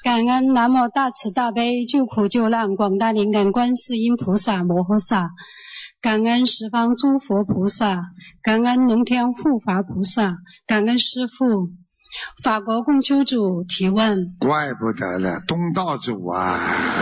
感恩南无大慈大悲救苦救难广大灵感观世音菩萨摩诃萨，感恩十方诸佛菩萨，感恩龙天护法菩萨，感恩师父。法国共修组提问。 怪不得了，东道主啊！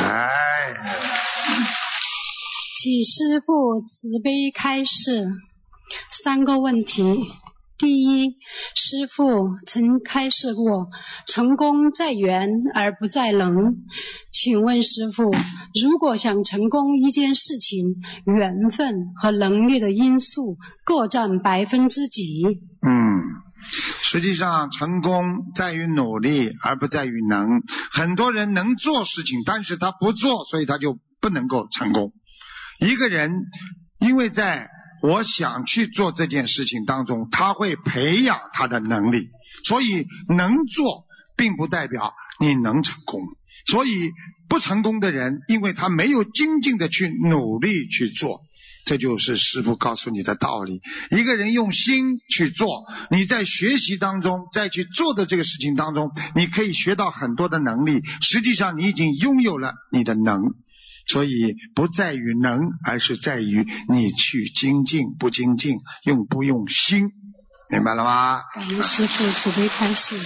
请师父慈悲开示3个问题。第一，师父曾开示过，成功在缘而不在能。请问师父，如果想成功一件事情，缘分和能力的因素各占几%？ 实际上成功在于努力而不在于能。很多人能做事情，但是他不做，所以他就不能够成功。一个人因为在我想去做这件事情当中，他会培养他的能力，所以能做并不代表你能成功。所以不成功的人，因为他没有精进的去努力去做，这就是师父告诉你的道理。一个人用心去做，你在学习当中，在去做的这个事情当中，你可以学到很多的能力，实际上你已经拥有了你的能。所以不在于能，而是在于你去精进不精进，用不用心，明白了吗？ 感恩师父慈悲开示。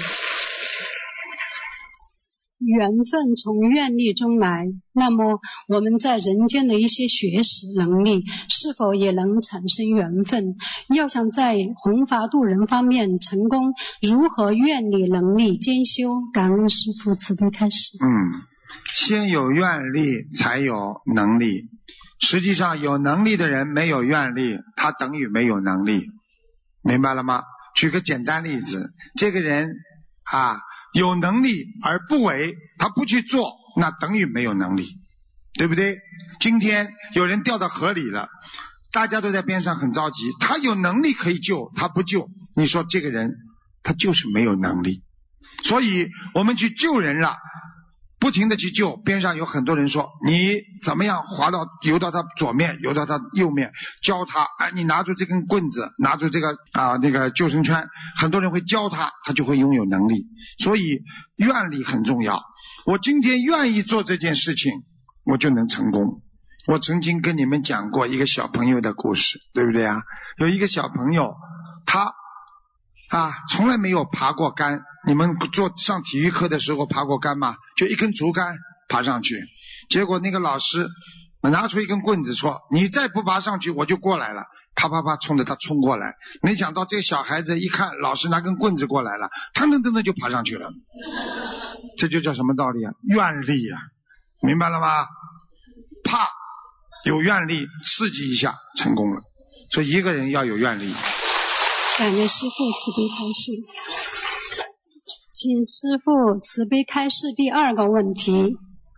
缘分从愿力中来，那么我们在人间的一些学识能力是否也能产生缘分？要想在弘法度人方面成功，如何愿力能力兼修？感恩师父慈悲开示。 先有愿力才有能力。实际上有能力的人没有愿力，他等于没有能力，明白了吗？举个简单例子，这个人有能力而不为，他不去做，那等于没有能力，对不对？今天有人掉到河里了，大家都在边上很着急，他有能力可以救，他不救，你说这个人他就是没有能力。所以我们去救人了，不停的去救，边上有很多人说你怎么样游到他左面，游到他右面，教他，你拿出这根棍子，拿出这个那个救生圈，很多人会教他，他就会拥有能力。所以愿力很重要。我今天愿意做这件事情，我就能成功。我曾经跟你们讲过一个小朋友的故事，对不对啊？有一个小朋友，他从来没有爬过杆。你们上体育课的时候爬过杆吗？就一根竹竿爬上去，结果那个老师拿出一根棍子说，你再不爬上去我就过来了，啪啪啪冲着他冲过来。没想到这个小孩子一看老师拿根棍子过来了，腾腾腾腾就爬上去了。这就叫什么道理啊？愿力啊，明白了吗？怕有愿力刺激一下成功了。所以一个人要有愿力。 感恩师父慈悲开示。请师父慈悲开示第2个问题。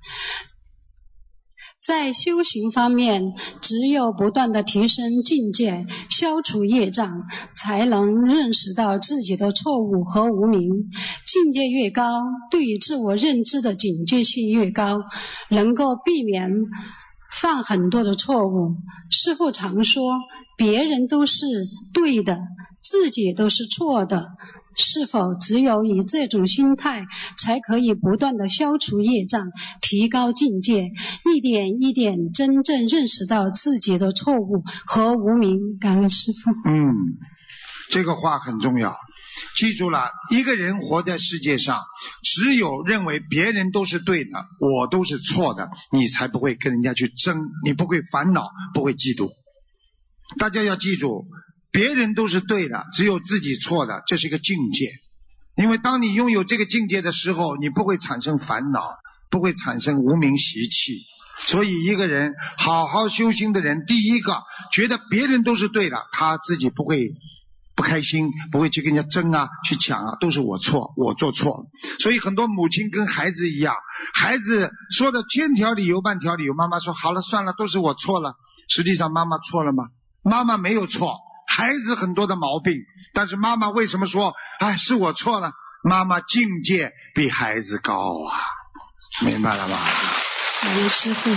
在修行方面，只有不断的提升境界，消除业障，才能认识到自己的错误和无明。境界越高，对于自我认知的警觉性越高，能够避免犯很多的错误。师父常说，别人都是对的，自己都是错的。是否只有以这种心态，才可以不断的消除业障，提高境界，一点一点真正认识到自己的错误和无明？感恩师父。 这个话很重要。记住了，一个人活在世界上，只有认为别人都是对的，我都是错的，你才不会跟人家去争，你不会烦恼，不会嫉妒。大家要记住，别人都是对的，只有自己错的，这是一个境界。因为当你拥有这个境界的时候，你不会产生烦恼，不会产生无明习气。所以一个人好好修心的人，第一个觉得别人都是对的，他自己不会不开心，不会去跟人家争去抢都是我错，我做错了。所以很多母亲跟孩子一样，孩子说的千条理由半条理由，妈妈说好了算了，都是我错了。实际上妈妈错了吗？妈妈没有错，孩子很多的毛病，但是妈妈为什么说是我错了？妈妈境界比孩子高明白了吗？ 感恩师父。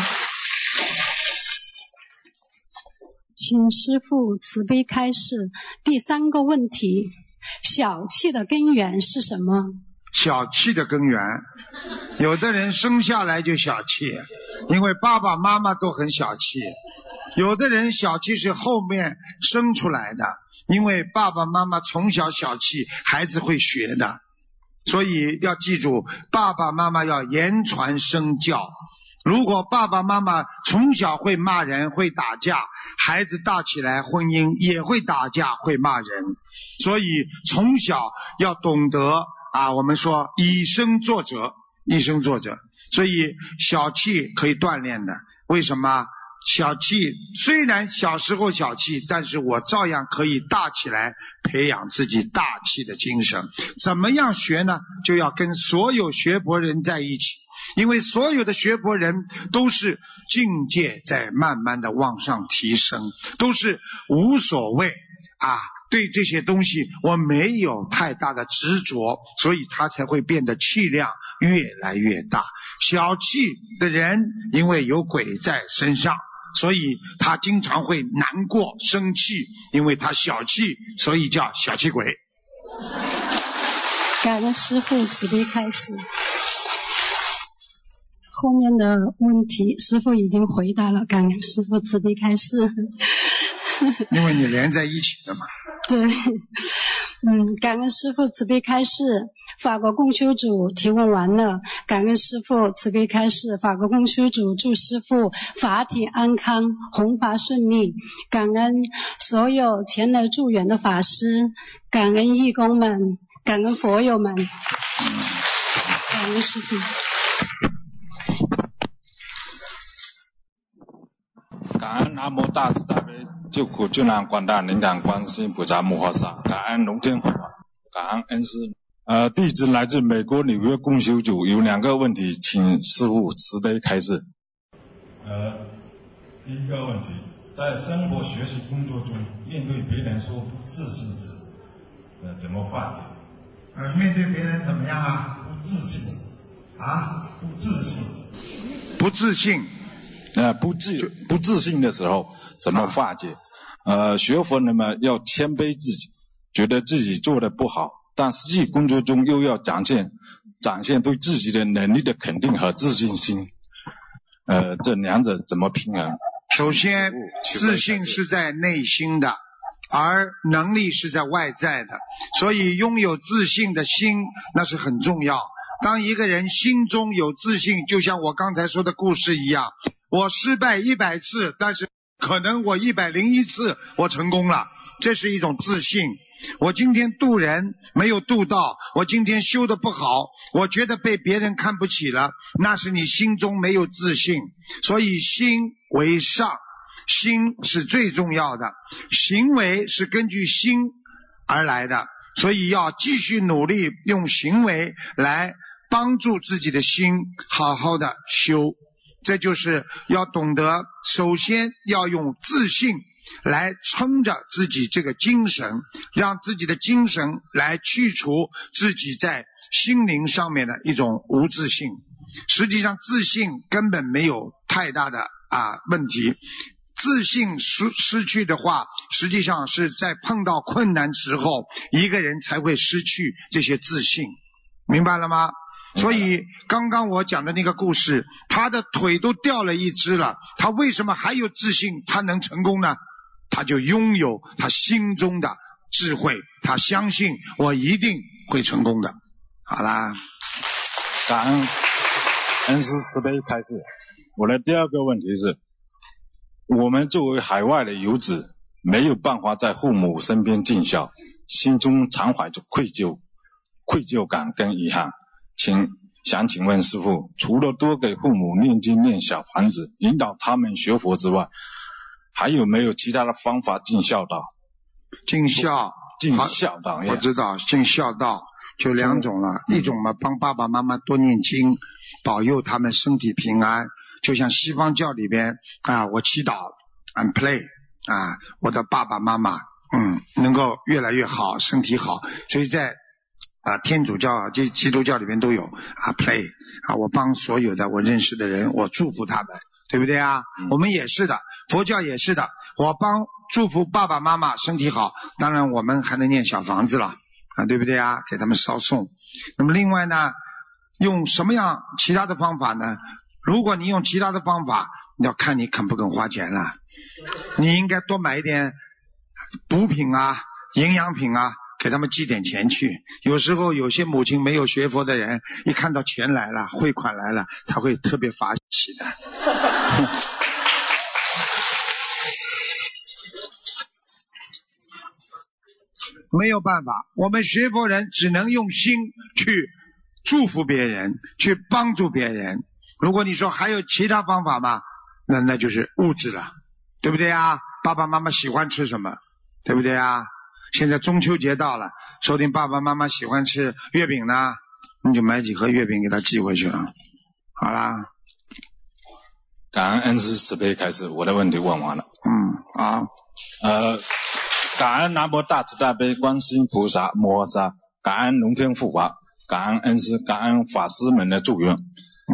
请师父慈悲开示第3个问题，小气的根源是什么？ 小气的根源。有的人生下来就小气，因为爸爸妈妈都很小气。有的人小气是后面生出来的，因为爸爸妈妈从小小气，孩子会学的。所以要记住，爸爸妈妈要言传身教。如果爸爸妈妈从小会骂人会打架，孩子大起来婚姻也会打架会骂人。所以从小要懂得我们说以身作则，以身作则。所以小气可以锻炼的。为什么？小气虽然小时候小气，但是我照样可以大起来，培养自己大气的精神。怎么样学呢？就要跟所有学佛人在一起，因为所有的学佛人都是境界在慢慢的往上提升，都是无所谓对这些东西我没有太大的执着，所以他才会变得气量越来越大。小气的人因为有鬼在身上，所以他经常会难过生气，因为他小气，所以叫小气鬼。 感恩师父慈悲开示。后面的问题师父已经回答了，感恩师父慈悲开示。 因为你连在一起的嘛。 对，感恩师父慈悲开示。法国共修组提问完了，感恩师父慈悲开示。法国共修组祝师父法体安康，弘法顺利。感恩所有前来助缘的法师，感恩义工们，感恩佛友们，感恩师父。 感恩南无大慈大悲救苦救难广大灵感观世音菩萨摩诃萨，感恩龙天护法，感恩恩师。弟子来自美国纽约共修组，有2个问题，请师父慈悲开示。 第一个问题，在生活、学习、工作中，面对别人说不自信时，怎么化解？ 面对别人怎么样啊？ 不自信不自信。 不自信。 不自信的时候怎么化解？学佛人们要谦卑自己，觉得自己做的不好，但实际工作中又要展现对自己的能力的肯定和自信心。这两者怎么平衡？ 首先，自信是在内心的，而能力是在外在的，所以拥有自信的心那是很重要。当一个人心中有自信，就像我刚才说的故事一样，我失败100次，但是可能我101次我成功了，这是一种自信。我今天度人没有度到，我今天修得不好，我觉得被别人看不起了，那是你心中没有自信。所以心为上，心是最重要的，行为是根据心而来的，所以要继续努力，用行为来帮助自己的心好好的修。这就是要懂得，首先要用自信来撑着自己这个精神，让自己的精神来去除自己在心灵上面的一种无自信。实际上自信根本没有太大的问题，自信失去的话，实际上是在碰到困难时候，一个人才会失去这些自信，明白了吗？所以刚刚我讲的那个故事，他的腿都掉了一只了，他为什么还有自信他能成功呢？他就拥有他心中的智慧，他相信我一定会成功的。好啦， 感恩恩师慈悲开示。我的第二个问题是，我们作为海外的游子，没有办法在父母身边尽孝，心中常怀着愧疚感跟遗憾。想请问师父，除了多给父母念经念小房子，引导他们学佛之外，还有没有其他的方法尽孝道？ 尽孝道， 我知道，尽孝道就2种了，一种嘛，帮爸爸妈妈多念经，保佑他们身体平安。就像西方教里边我祈祷 and pray 我的爸爸妈妈能够越来越好，身体好。所以在天主教基督教里面都有pray 我帮所有的我认识的人，我祝福他们，对不对我们也是的，佛教也是的，我帮祝福爸爸妈妈身体好，当然我们还能念小房子了啊，对不对啊？给他们烧送。那么另外呢，用什么样其他的方法呢？如果你用其他的方法，要看你肯不肯花钱了。你应该多买一点补品啊、营养品啊，给他们寄点钱去。有时候有些母亲没有学佛的人，一看到钱来了、汇款来了，他会特别发喜的。没有办法，我们学佛人只能用心去祝福别人，去帮助别人。如果你说还有其他方法吗？那就是物质了，对不对啊？爸爸妈妈喜欢吃什么，对不对啊？现在中秋节到了，说不定爸爸妈妈喜欢吃月饼呢，你就买几盒月饼给他寄回去了。好啦。 感恩恩师慈悲开示，我的问题问完了。 好。 感恩南无大慈大悲观世音菩萨摩诃萨，感恩龙天护法，感恩恩师，感恩法师们的助缘。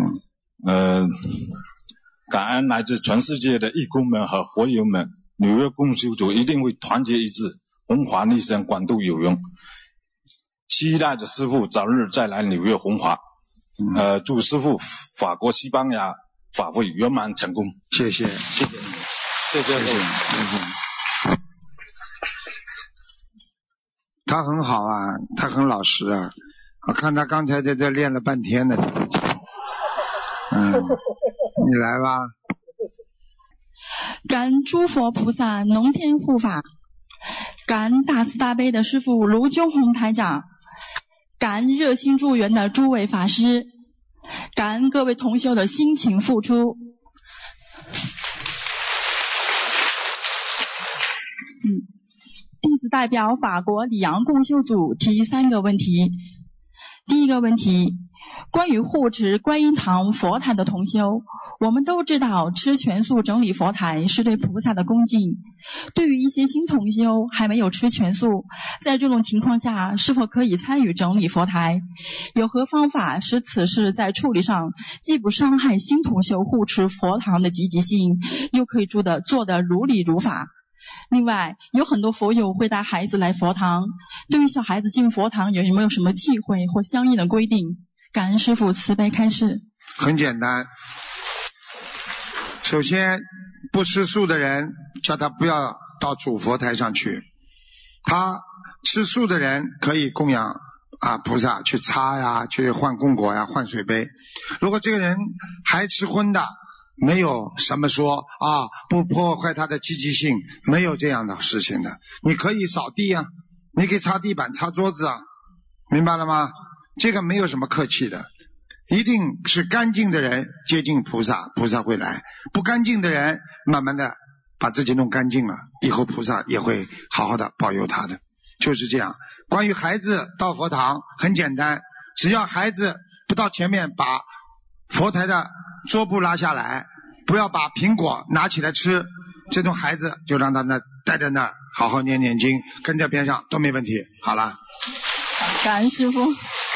感恩来自全世界的义工们和佛友们，纽约共修组一定会团结一致，弘法利生，广度有缘。期待着师父早日再来纽约弘法。祝师父法国西班牙法会圆满成功。 谢谢， 谢谢，谢谢各位。 他很好啊，他很老实啊，我看他刚才在这练了半天呢。你来吧。 感恩诸佛菩萨龙天护法，感恩大慈大悲的师父卢军宏台长，感恩热心助缘的诸位法师，感恩各位同修的辛勤付出。弟子代表法国里昂共修组提3个问题。第一个问题，关于护持观音堂佛台的同修，我们都知道吃全素整理佛台是对菩萨的恭敬。对于一些新同修还没有吃全素，在这种情况下是否可以参与整理佛台？有何方法使此事在处理上既不伤害新同修护持佛堂的积极性，又可以做得如理如法？另外，有很多佛友会带孩子来佛堂，对于小孩子进佛堂有没有什么忌讳或相应的规定？感恩师父慈悲开示。 很简单，首先不吃素的人叫他不要到主佛台上去，他吃素的人可以供养菩萨去擦呀，去换供果呀，换水杯。如果这个人还吃荤的，没有什么说不破坏他的积极性，没有这样的事情的。你可以扫地啊，你可以擦地板、擦桌子啊，明白了吗？这个没有什么客气的，一定是干净的人接近菩萨，菩萨会来；不干净的人，慢慢的把自己弄干净了，以后菩萨也会好好的保佑他的。就是这样。关于孩子到佛堂很简单，只要孩子不到前面把佛台的桌布拉下来，不要把苹果拿起来吃，这种孩子就让他待在那儿好好念念经，跟在边上都没问题。好了， 感恩师父。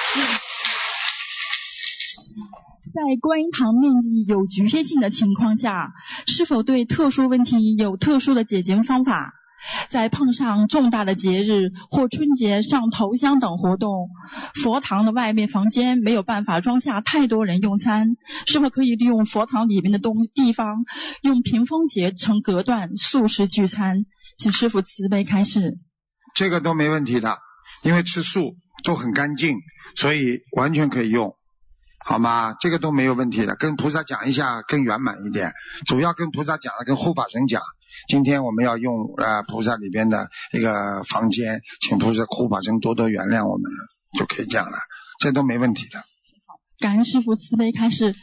在观音堂面积有局限性的情况下，是否对特殊问题有特殊的解决方法？在碰上重大的节日或春节上头香等活动，佛堂的外面房间没有办法装下太多人用餐，是否可以利用佛堂里面的地方，用屏风结成隔断素食聚餐？请师父慈悲开示。 这个都没问题的，因为吃素都很干净，所以完全可以用，好吗？这个都没有问题的，跟菩萨讲一下更圆满一点，主要跟菩萨讲了，跟护法神讲，今天我们要用菩萨里边的一个房间，请菩萨护法神多多原谅我们，就可以讲了，这都没问题的。 感恩师父慈悲开示。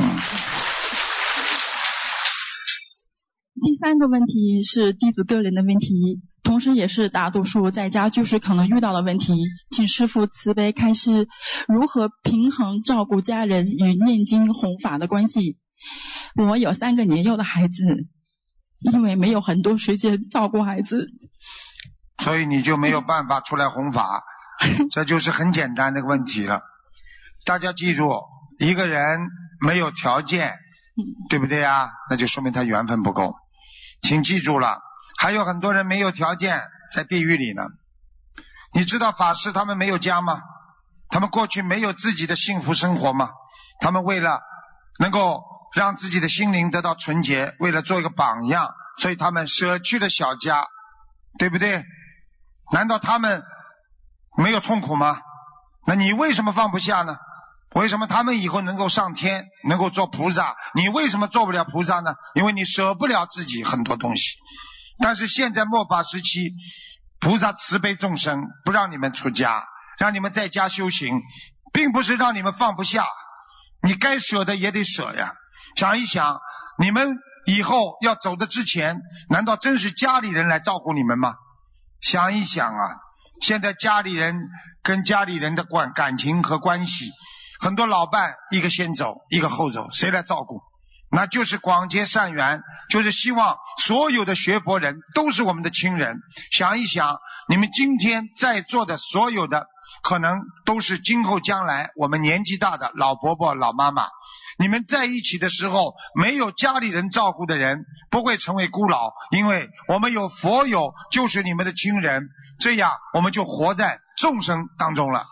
第3个问题是弟子个人的问题，同时也是大多数在家居士可能遇到的问题，请师父慈悲开示如何平衡照顾家人与念经弘法的关系。我有3个年幼的孩子，因为没有很多时间照顾孩子， 所以你就没有办法出来弘法，这就是很简单的问题了。大家记住，一个人没有条件，对不对啊？那就说明他缘分不够。请记住了，还有很多人没有条件在地狱里呢， 你知道法师他们没有家吗？他们过去没有自己的幸福生活吗？他们为了能够让自己的心灵得到纯洁，为了做一个榜样，所以他们舍去了小家，对不对？难道他们没有痛苦吗？那你为什么放不下呢？为什么他们以后能够上天，能够做菩萨，你为什么做不了菩萨呢？因为你舍不了自己很多东西。但是现在末法时期，菩萨慈悲众生，不让你们出家，让你们在家修行，并不是让你们放不下，你该舍的也得舍呀。想一想，你们以后要走的之前，难道真是家里人来照顾你们吗？想一想啊，现在家里人跟家里人的感情和关系，很多老伴一个先走一个后走，谁来照顾？那就是广结善缘，就是希望所有的学佛人都是我们的亲人。想一想，你们今天在座的所有的可能都是今后将来我们年纪大的老伯伯老妈妈，你们在一起的时候，没有家里人照顾的人不会成为孤老，因为我们有佛友就是你们的亲人，这样我们就活在众生当中了。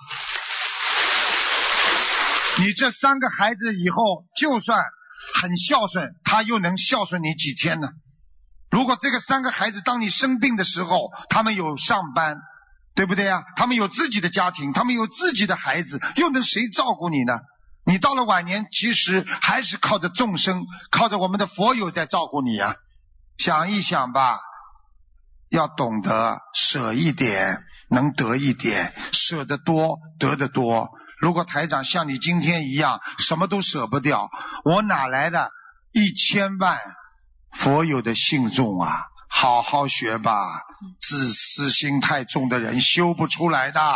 你这3个孩子以后就算很孝顺，他又能孝顺你几天呢？如果这个3个孩子当你生病的时候，他们有上班，对不对啊？他们有自己的家庭，他们有自己的孩子，又能谁照顾你呢？你到了晚年，其实还是靠着众生，靠着我们的佛友在照顾你啊。想一想吧，要懂得舍一点，能得一点，舍得多得得多。如果台长像你今天一样什么都舍不掉，我哪来的1000万佛友的信众啊？好好学吧，自私心太重的人修不出来的。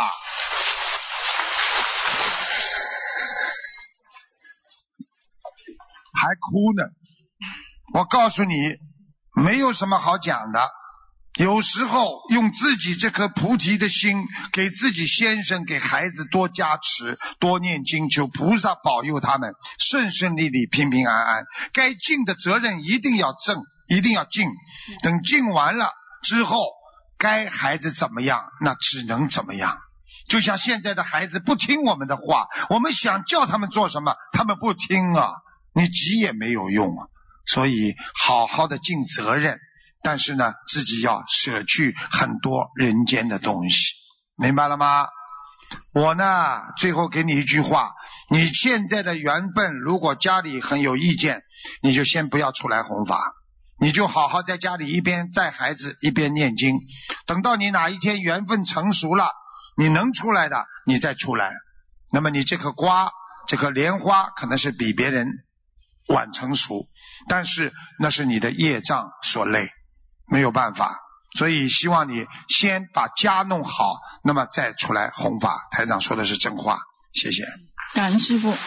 还哭呢，我告诉你，没有什么好讲的。有时候用自己这颗菩提的心，给自己先生给孩子多加持，多念经，求菩萨保佑他们顺顺利利平平安安。该尽的责任一定要一定要尽，等尽完了之后，该孩子怎么样那只能怎么样。就像现在的孩子不听我们的话，我们想叫他们做什么他们不听啊，你急也没有用啊。所以好好的尽责任，但是呢，自己要舍去很多人间的东西，明白了吗？我呢，最后给你一句话，你现在的缘分，如果家里很有意见，你就先不要出来弘法，你就好好在家里一边带孩子一边念经，等到你哪一天缘分成熟了，你能出来的你再出来。那么你这颗瓜，这颗莲花可能是比别人晚成熟，但是那是你的业障所累，没有办法。所以希望你先把家弄好，那么再出来弘法。台长说的是真话，谢谢。 感恩师父。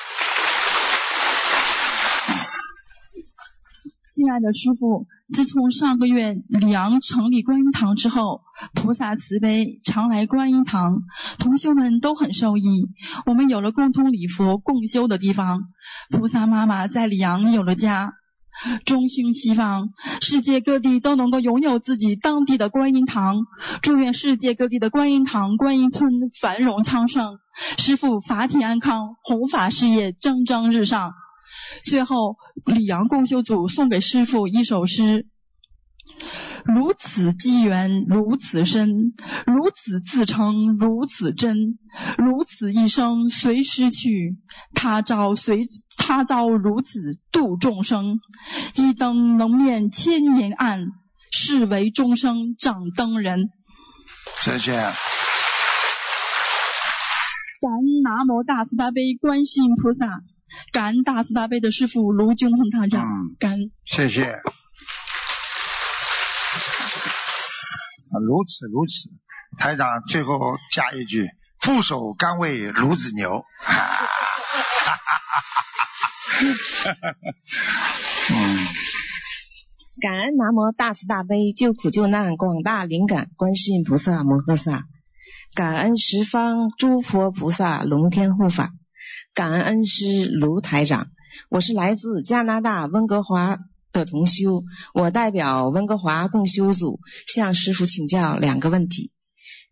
敬爱的师父，自从上个月里昂成立观音堂之后，菩萨慈悲，常来观音堂，同修们都很受益。我们有了共同礼佛共修的地方，菩萨妈妈在里昂有了家。衷心希望世界各地都能够拥有自己当地的观音堂，祝愿世界各地的观音堂、观音村繁荣昌盛，师父法体安康，弘法事业蒸蒸日上。最后，里昂共修组送给师父一首诗：如此机缘如此深，如此自称如此真，如此一生随失去，他朝如此度众生，一灯能灭千年暗，是为众生掌灯人。 谢谢。 感恩南无大慈大悲观世音菩萨，感恩大慈大悲的师父卢军宏台长，感恩。 谢谢。如此，台长最后加一句：副手甘为孺子牛。 感恩南无大慈大悲救苦救难广大灵感观世音菩萨摩诃萨，感恩十方诸佛菩萨龙天护法，感恩恩师卢台长。我是来自加拿大温哥华的同修，我代表温哥华共修组向师父请教2个问题。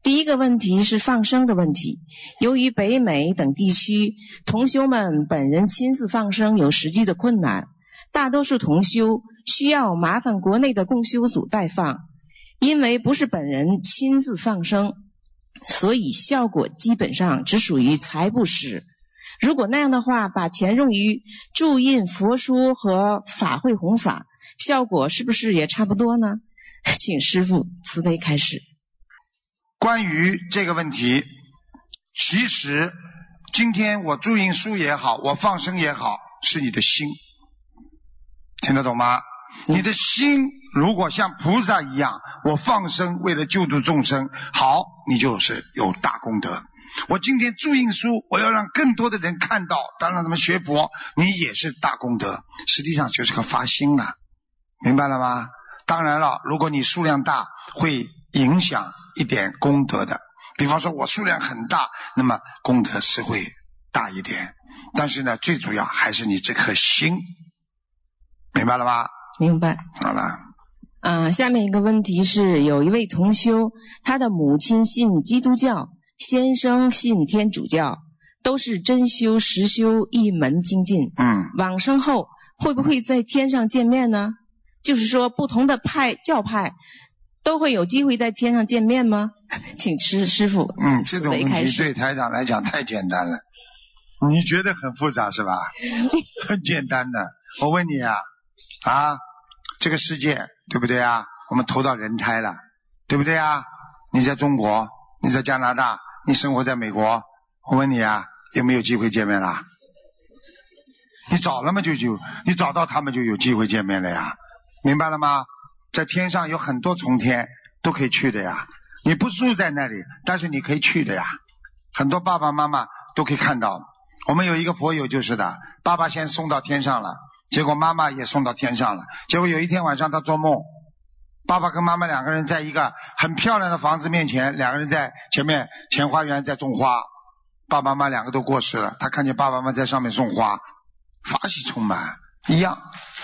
第一个问题是放生的问题。由于北美等地区同修们本人亲自放生有实际的困难，大多数同修需要麻烦国内的共修组代放，因为不是本人亲自放生，所以效果基本上只属于财布施。如果那样的话，把钱用于注印佛书和法会弘法，效果是不是也差不多呢？请师父慈悲开示。 关于这个问题，其实今天我注印书也好，我放生也好，是你的心，听得懂吗？你的心如果像菩萨一样，我放生为了救度众生，好，你就是有大功德。我今天注印书，我要让更多的人看到，当然他们学佛，你也是大功德，实际上就是个发心了，明白了吗？当然了，如果你数量大，会影响一点功德的，比方说我数量很大，那么功德是会大一点，但是呢，最主要还是你这颗心，明白了吗？ 明白。 好了。 下面一个问题是，有一位同修，他的母亲信基督教，先生信天主教，都是真修实修一门精进。往生后会不会在天上见面呢？就是说不同的教派都会有机会在天上见面吗？请师父。 这种问题对台长来讲太简单了，你觉得很复杂是吧？很简单的。我问你这个世界对不对啊？我们投到人胎了，对不对啊？你在中国，你在加拿大，你生活在美国，我问你有没有机会见面啦？你找了嘛你找到他们就有机会见面了呀，明白了吗？在天上有很多重天都可以去的呀，你不住在那里，但是你可以去的呀。很多爸爸妈妈都可以看到，我们有一个佛友就是的，爸爸先送到天上了，结果妈妈也送到天上了，结果有一天晚上他做梦，爸爸跟妈妈两个人在一个很漂亮的房子面前，两个人在前面前花园在种花，爸爸妈妈两个都过世了，他看见爸爸妈妈在上面种花，法喜充满一样。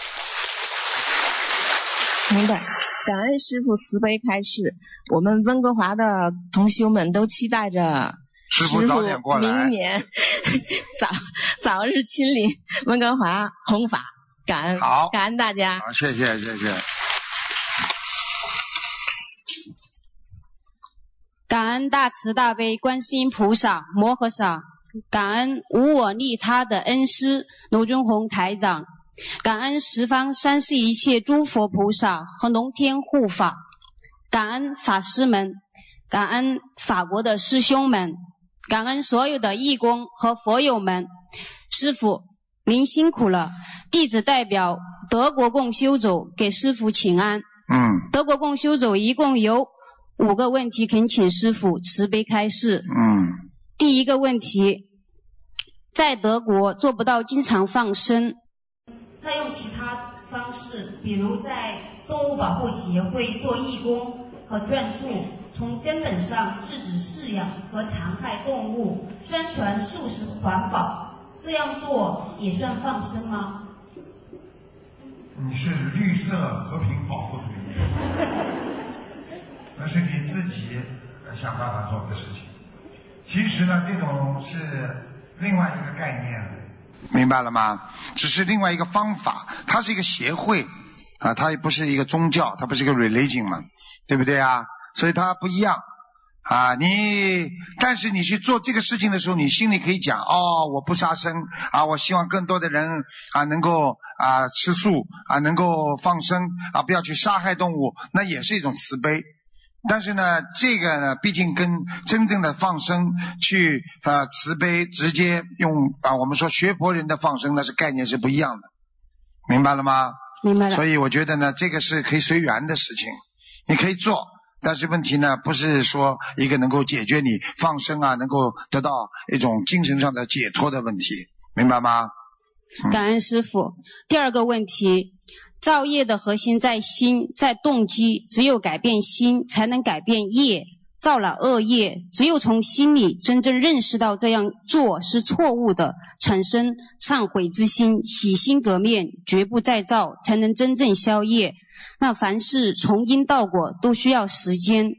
明白。感恩师父慈悲开示，我们温哥华的同修们都期待着师父早点过来， 明年早日亲临温哥华弘法。感恩， 好， 感恩大家。 好，谢谢。 感恩大慈大悲观世音菩萨摩诃萨，感恩无我利他的恩师卢军宏台长，感恩十方三世一切诸佛菩萨和龙天护法，感恩法师们，感恩法国的师兄们，感恩所有的义工和佛友们。师父您辛苦了，弟子代表德国共修组给师父请安。德国共修组一共有5个问题，恳请师父慈悲开示。第一个问题，在德国做不到经常放生， 那用其他方式，比如在动物保护协会做义工和捐助，从根本上制止饲养和残害动物，宣传素食环保，这样做也算放生吗？ 你是绿色和平保护主义，那是你自己想办法做的事情。其实呢，这种是另外一个概念，明白了吗？只是另外一个方法，它是一个协会它也不是一个宗教，它不是一个 religion 嘛，对不对啊？所以它不一样但是你去做这个事情的时候，你心里可以讲我不杀生我希望更多的人能够吃素能够放生不要去杀害动物，那也是一种慈悲。但是呢，这个呢，毕竟跟真正的放生去慈悲直接用我们说学佛人的放生，那是概念是不一样的，明白了吗？ 明白了。 所以我觉得呢，这个是可以随缘的事情，你可以做，但是问题呢，不是说一个能够解决你放生能够得到一种精神上的解脱的问题，明白吗？ 感恩师父。第二个问题，造业的核心在心，在动机，只有改变心才能改变业。造了恶业，只有从心里真正认识到这样做是错误的，产生忏悔之心，洗心革面，绝不再造，才能真正消业。那凡事从因到果都需要时间，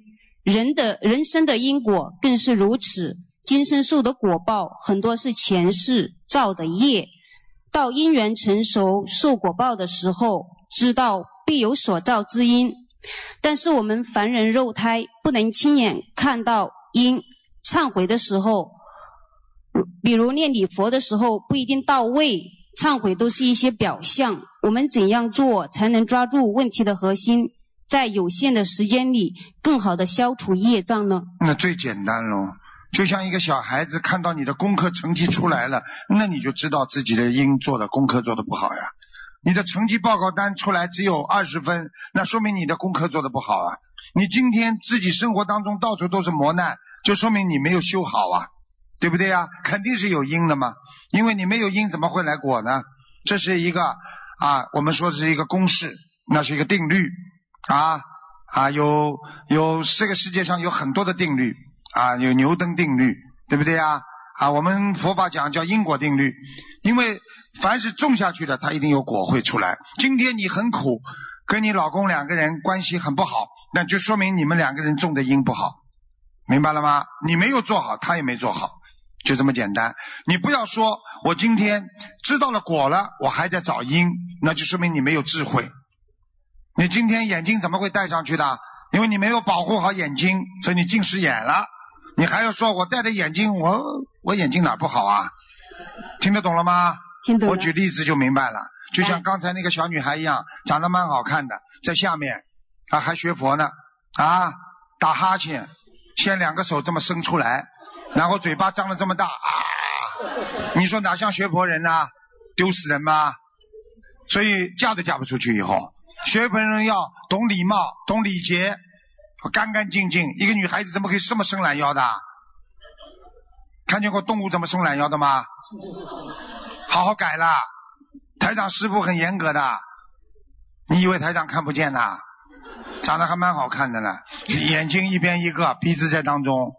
人生的因果更是如此，今生受的果报很多是前世造的业，到因缘成熟受果报的时候，知道必有所造之因。但是我们凡人肉胎不能亲眼看到因，忏悔的时候，比如念礼佛的时候不一定到位，忏悔都是一些表象。我们怎样做才能抓住问题的核心，在有限的时间里更好的消除业障呢？ 那最简单咯，就像一个小孩子看到你的功课成绩出来了，那你就知道自己的因做的功课做的不好呀。你的成绩报告单出来只有20分，那说明你的功课做的不好啊。你今天自己生活当中到处都是磨难，就说明你没有修好啊，对不对啊？肯定是有因的嘛，因为你没有因怎么会来果呢？这是一个我们说的是一个公式，那是一个定律有这个世界上有很多的定律有牛顿定律，对不对啊？我们佛法讲叫因果定律，因为凡是种下去的它一定有果会出来。今天你很苦，跟你老公两个人关系很不好，那就说明你们两个人种的因不好，明白了吗？你没有做好，他也没做好，就这么简单。你不要说我今天知道了果了，我还在找因，那就说明你没有智慧。你今天眼睛怎么会戴上去的？因为你没有保护好眼睛，所以你近视眼了。你还要说我戴着眼镜，我眼睛哪不好啊？听得懂了吗？ 听懂了。 我举例子就明白了，就像刚才那个小女孩一样，长得蛮好看的，在下面还学佛呢打哈欠，先2个手这么伸出来，然后嘴巴张得这么大你说哪像学佛人啊？丢死人吗？所以嫁都嫁不出去。以后学佛人要懂礼貌，懂礼节，干干净净。一个女孩子怎么可以这么伸懒腰的？看见过动物怎么伸懒腰的吗？好好改啦，台长师傅很严格的，你以为台长看不见呐？长得还蛮好看的呢，眼睛一边一个，鼻子在当中。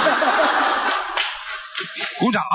鼓掌。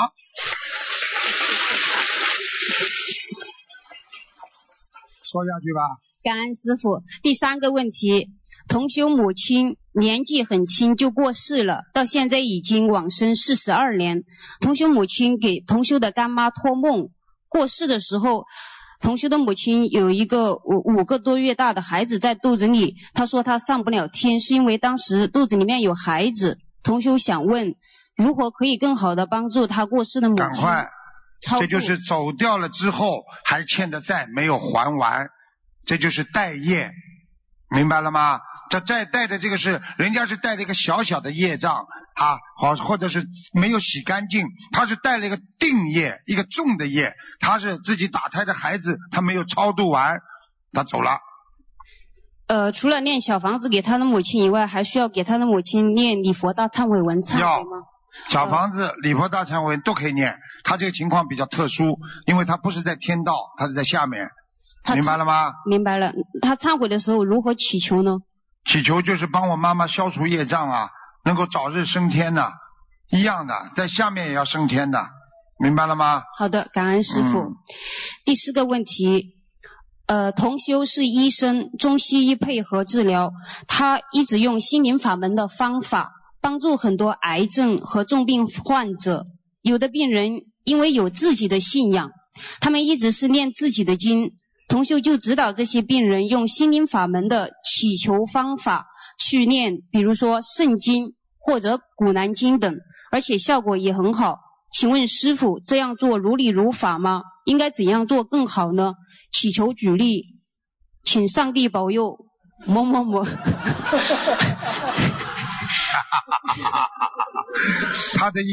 说下去吧。 感恩师父。第3个问题，同修母亲年纪很轻就过世了，到现在已经往生42年。同修母亲给同修的干妈托梦，过世的时候同修的母亲有一个5个多月大的孩子在肚子里，她说她上不了天，是因为当时肚子里面有孩子。同修想问，如何可以更好的帮助她过世的母亲？ 赶快，这就是走掉了之后还欠的债没有还完，这就是带业，明白了吗？这债带的这个是人家是带了一个小小的业障或者是没有洗干净，他是带了一个定业，一个重的业，他是自己打胎的孩子，他没有超度完，他走了。 除了念小房子给他的母亲以外，还需要给他的母亲念礼佛大忏悔文忏悔吗？ 小房子、礼佛大忏悔文都可以念，他这个情况比较特殊，因为他不是在天道，他是在下面，明白了吗？ 明白了。他忏悔的时候如何祈求呢？ 祈求就是帮我妈妈消除业障能够早日升天一样的，在下面也要升天的，明白了吗？ 好的，感恩师父。第4个问题，同修是医生，中西医配合治疗，他一直用心灵法门的方法帮助很多癌症和重病患者。有的病人因为有自己的信仰，他们一直是念自己的经，同修就指导这些病人用心灵法门的祈求方法去念，比如说圣经或者古兰经等，而且效果也很好。请问师父，这样做如理如法吗？应该怎样做更好呢？祈求举例，请上帝保佑某某某。 他的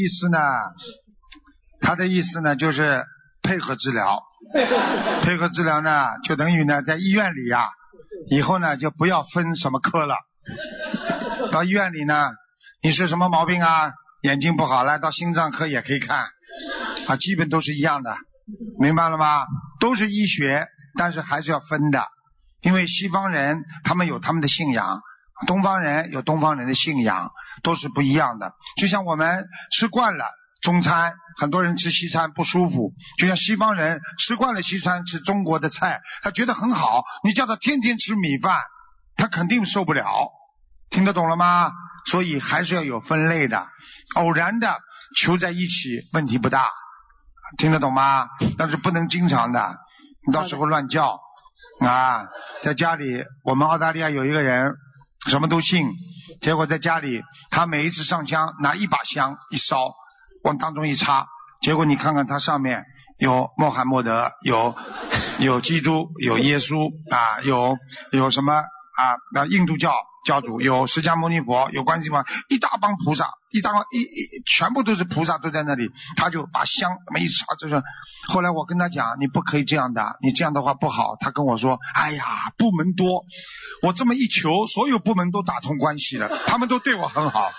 意思呢就是配合治疗。配合治疗呢就等于呢在医院里以后呢就不要分什么科了。到医院里呢，你是什么毛病眼睛不好了，到心脏科也可以看基本都是一样的，明白了吗？都是医学，但是还是要分的，因为西方人他们有他们的信仰，东方人有东方人的信仰，都是不一样的。就像我们吃惯了中餐，很多人吃西餐不舒服，就像西方人吃惯了西餐，吃中国的菜他觉得很好，你叫他天天吃米饭他肯定受不了，听得懂了吗？ 所以还是要有分类的。偶然的求在一起问题不大，听得懂吗？但是不能经常的，你到时候乱叫啊。在家里，我们澳大利亚有一个人什么都信，结果在家里他每一次上香拿一把香一烧往当中一插，结果你看看他上面有穆罕默德，有基督，有耶稣啊，有什么啊印度教教主，有释迦牟尼佛，有观世音菩萨，一大帮菩萨，全部都是菩萨都在那里，他就把香那么一插，就是后来我跟他讲，你不可以这样的，你这样的话不好。他跟我说，哎呀，部门多，我这么一求，所有部门都打通关系了，他们都对我很好。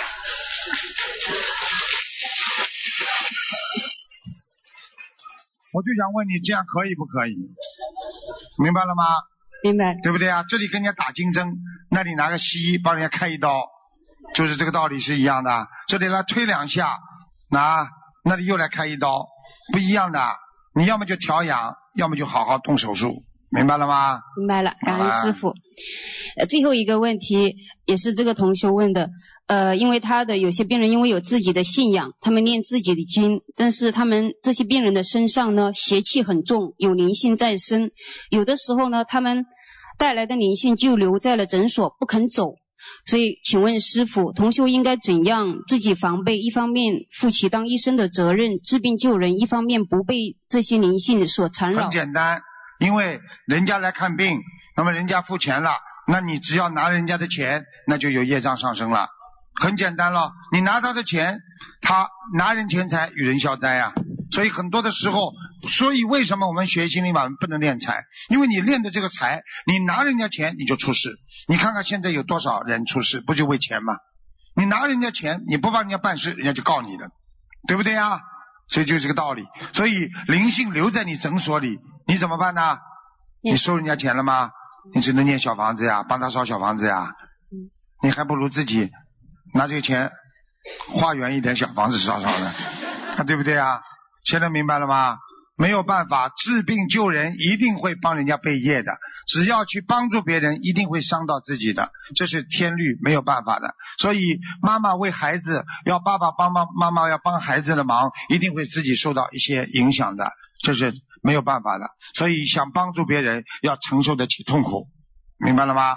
我就想问你，这样可以不可以？明白了吗？ 明白。 对不对啊？这里跟人家打金针，那里拿个西医帮人家开一刀，就是这个道理是一样的。这里来推两下，那里又来开一刀，不一样的。你要么就调养，要么就好好动手术，明白了吗？ 明白了，感恩师父。最后一个问题也是这个同学问的，因为他的有些病人因为有自己的信仰，他们念自己的经，但是他们这些病人的身上呢邪气很重，有灵性在身，有的时候呢他们带来的灵性就留在了诊所不肯走，所以请问师父，同修应该怎样自己防备，一方面负起当医生的责任治病救人，一方面不被这些灵性所缠绕？ 很简单，因为人家来看病，那么人家付钱了，那你只要拿人家的钱，那就有业障上升了，很简单了。你拿他的钱，他拿人钱财与人消灾啊。所以很多的时候，所以为什么我们学心灵法门不能敛财？因为你练的这个财，你拿人家钱你就出事。你看看现在有多少人出事，不就为钱吗？你拿人家钱，你不帮人家办事，人家就告你了，对不对啊？所以就这个道理。所以灵性留在你诊所里，你怎么办呢？你收人家钱了吗？你只能念小房子呀，帮他烧小房子呀。你还不如自己拿这个钱花园一点小房子烧烧呢，对不对啊？现在明白了吗？没有办法，治病救人一定会帮人家背业的，只要去帮助别人一定会伤到自己的，这是天律，没有办法的。所以妈妈为孩子，要爸爸帮忙，妈妈要帮孩子的忙，一定会自己受到一些影响的，这是没有办法的。所以想帮助别人要承受得起痛苦，明白了吗？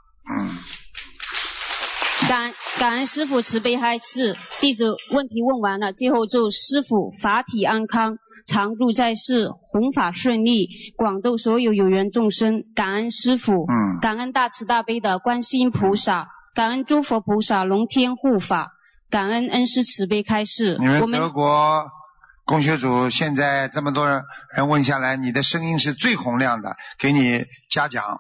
感恩师父慈悲开示，弟子问题问完了，最后祝师父法体安康，常住在世，弘法顺利，广度所有有缘众生。感恩师父，感恩大慈大悲的观世音菩萨，感恩诸佛菩萨龙天护法，感恩恩师慈悲开示。 你们德国公学组现在这么多人问下来，你的声音是最洪亮的，给你嘉奖。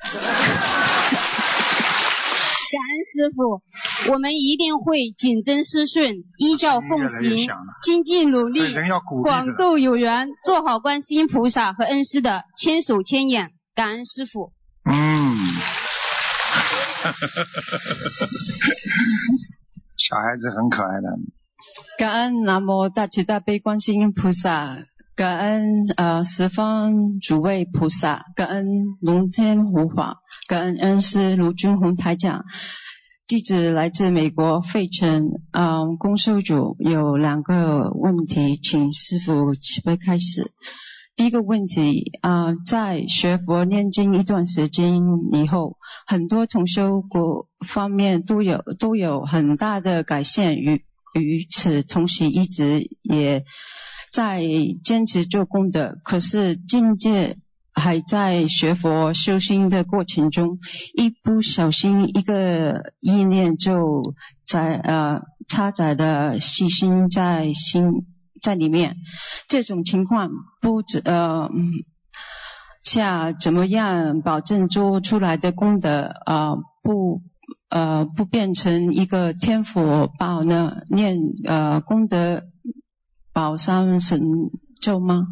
感恩师父，我们一定会谨遵师训，依教奉行，精进努力，广度有缘，做好观世音菩萨和恩师的千手千眼。感恩师父。 小孩子很可爱的。 感恩南无大慈大悲观世音菩萨，感恩十方诸位菩萨，感恩龙天护法，感恩恩师卢军宏台长。弟子来自美国费城，公修组有2个问题，请师父慈悲开示。第一个问题，在学佛念经一段时间以后，很多同修国方面都有很大的改善，与此同时一直也在坚持做功德，可是境界还在学佛修心的过程中，一不小心一个意念就插载的细心在里面，这种情况下怎么样保证做出来的功德不变成一个天福报呢？念功德宝山神咒吗？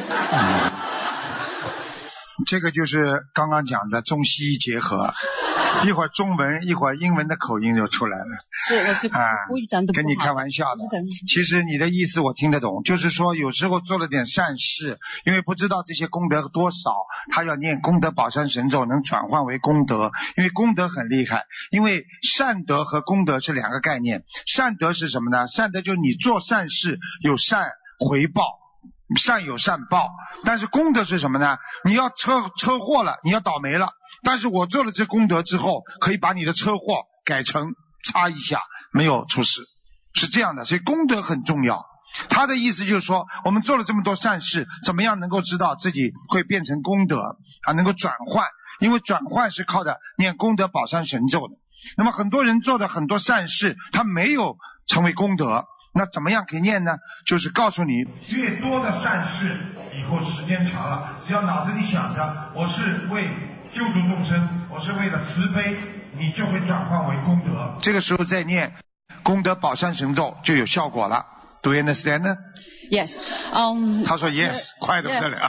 这个就是刚刚讲的中西医结合， 一会儿中文一会儿英文的口音就出来了。 是，我是故意讲的不好。 跟你开玩笑的。其实你的意思我听得懂，就是说有时候做了点善事，因为不知道这些功德多少，他要念功德宝山神咒能转换为功德，因为功德很厉害。因为善德和功德是两个概念，善德是什么呢？善德就是你做善事有善回报，善有善报。但是功德是什么呢？你要车祸了，你要倒霉了，但是我做了这功德之后，可以把你的车祸改成擦一下没有出事，是这样的。所以功德很重要。他的意思就是说，我们做了这么多善事，怎么样能够知道自己会变成功德啊，能够转换？因为转换是靠着念功德宝山神咒的。那么很多人做的很多善事，他没有成为功德，那怎么样可以念呢？就是告诉你， 越多的善事，以后时间长了，只要脑子里想着我是为救助众生，我是为了慈悲，你就会转换为功德。 这个时候再念功德宝山神咒就有效果了。Do you understand 呢？ Yes， 他说 yes， 快得不得了。